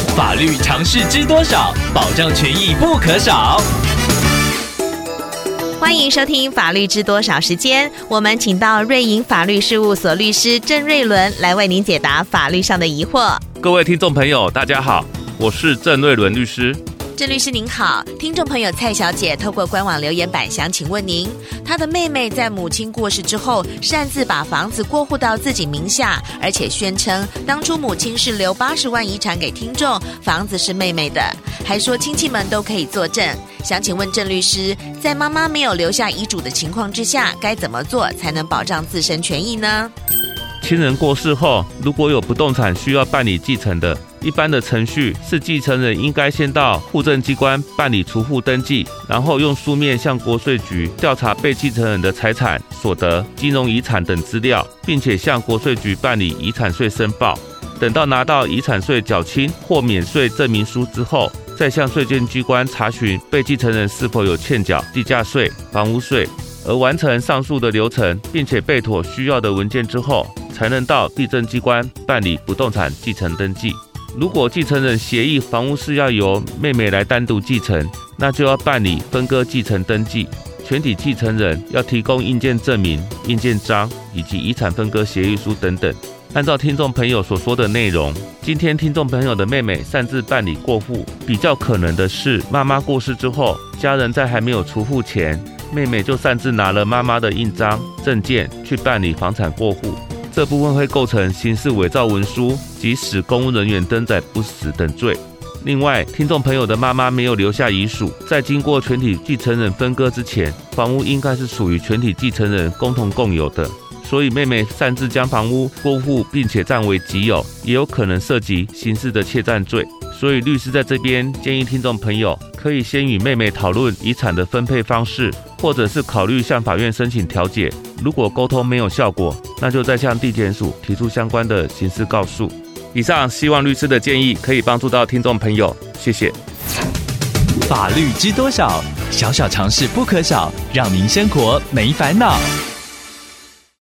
法律常识知多少，保障权益不可少。 欢迎收听法律知多少时间，我们请到瑞银法律事务所律师郑瑞伦来为您解答法律上的疑惑。 各位听众朋友大家好，我是郑瑞伦律师。 郑律师您好，听众朋友蔡小姐透过官网留言板想请问您，她的妹妹在母亲过世之后擅自把房子过户到自己名下，而且宣称当初母亲是留80万遗产给听众，房子是妹妹的，还说亲戚们都可以作证。想请问郑律师，在妈妈没有留下遗嘱的情况之下，该怎么做才能保障自身权益呢？ 亲人过世后，如果有不动产需要办理继承的，一般的程序是继承人应该先到户政机关办理除户登记，然后用书面向国税局调查被继承人的财产、所得、金融遗产等资料，并且向国税局办理遗产税申报。等到拿到遗产税缴清或免税证明书之后，再向税捐机关查询被继承人是否有欠缴地价税、房屋税，而完成上述的流程，并且备妥需要的文件之后，才能到地政机关办理不动产继承登记。如果继承人协议房屋是要由妹妹来单独继承，那就要办理分割继承登记。全体继承人要提供印鉴证明、印鉴章以及遗产分割协议书等等。按照听众朋友所说的内容，今天听众朋友的妹妹擅自办理过户，比较可能的是妈妈过世之后，家人在还没有除户前，妹妹就擅自拿了妈妈的印章、证件去办理房产过户。这部分会构成刑事伪造文书及使公务人员登载不实等罪。另外，听众朋友的妈妈没有留下遗属，在经过全体继承人分割之前，房屋应该是属于全体继承人共同共有的，所以妹妹擅自将房屋过户并且占为己有，也有可能涉及刑事的窃占罪。所以律师在这边建议听众朋友可以先与妹妹讨论遗产的分配方式，或者是考虑向法院申请调解。如果沟通没有效果，那就再向地检署提出相关的刑事告诉。以上希望律师的建议可以帮助到听众朋友，谢谢。 法律知多少？小小常识不可少，让您生活没烦恼。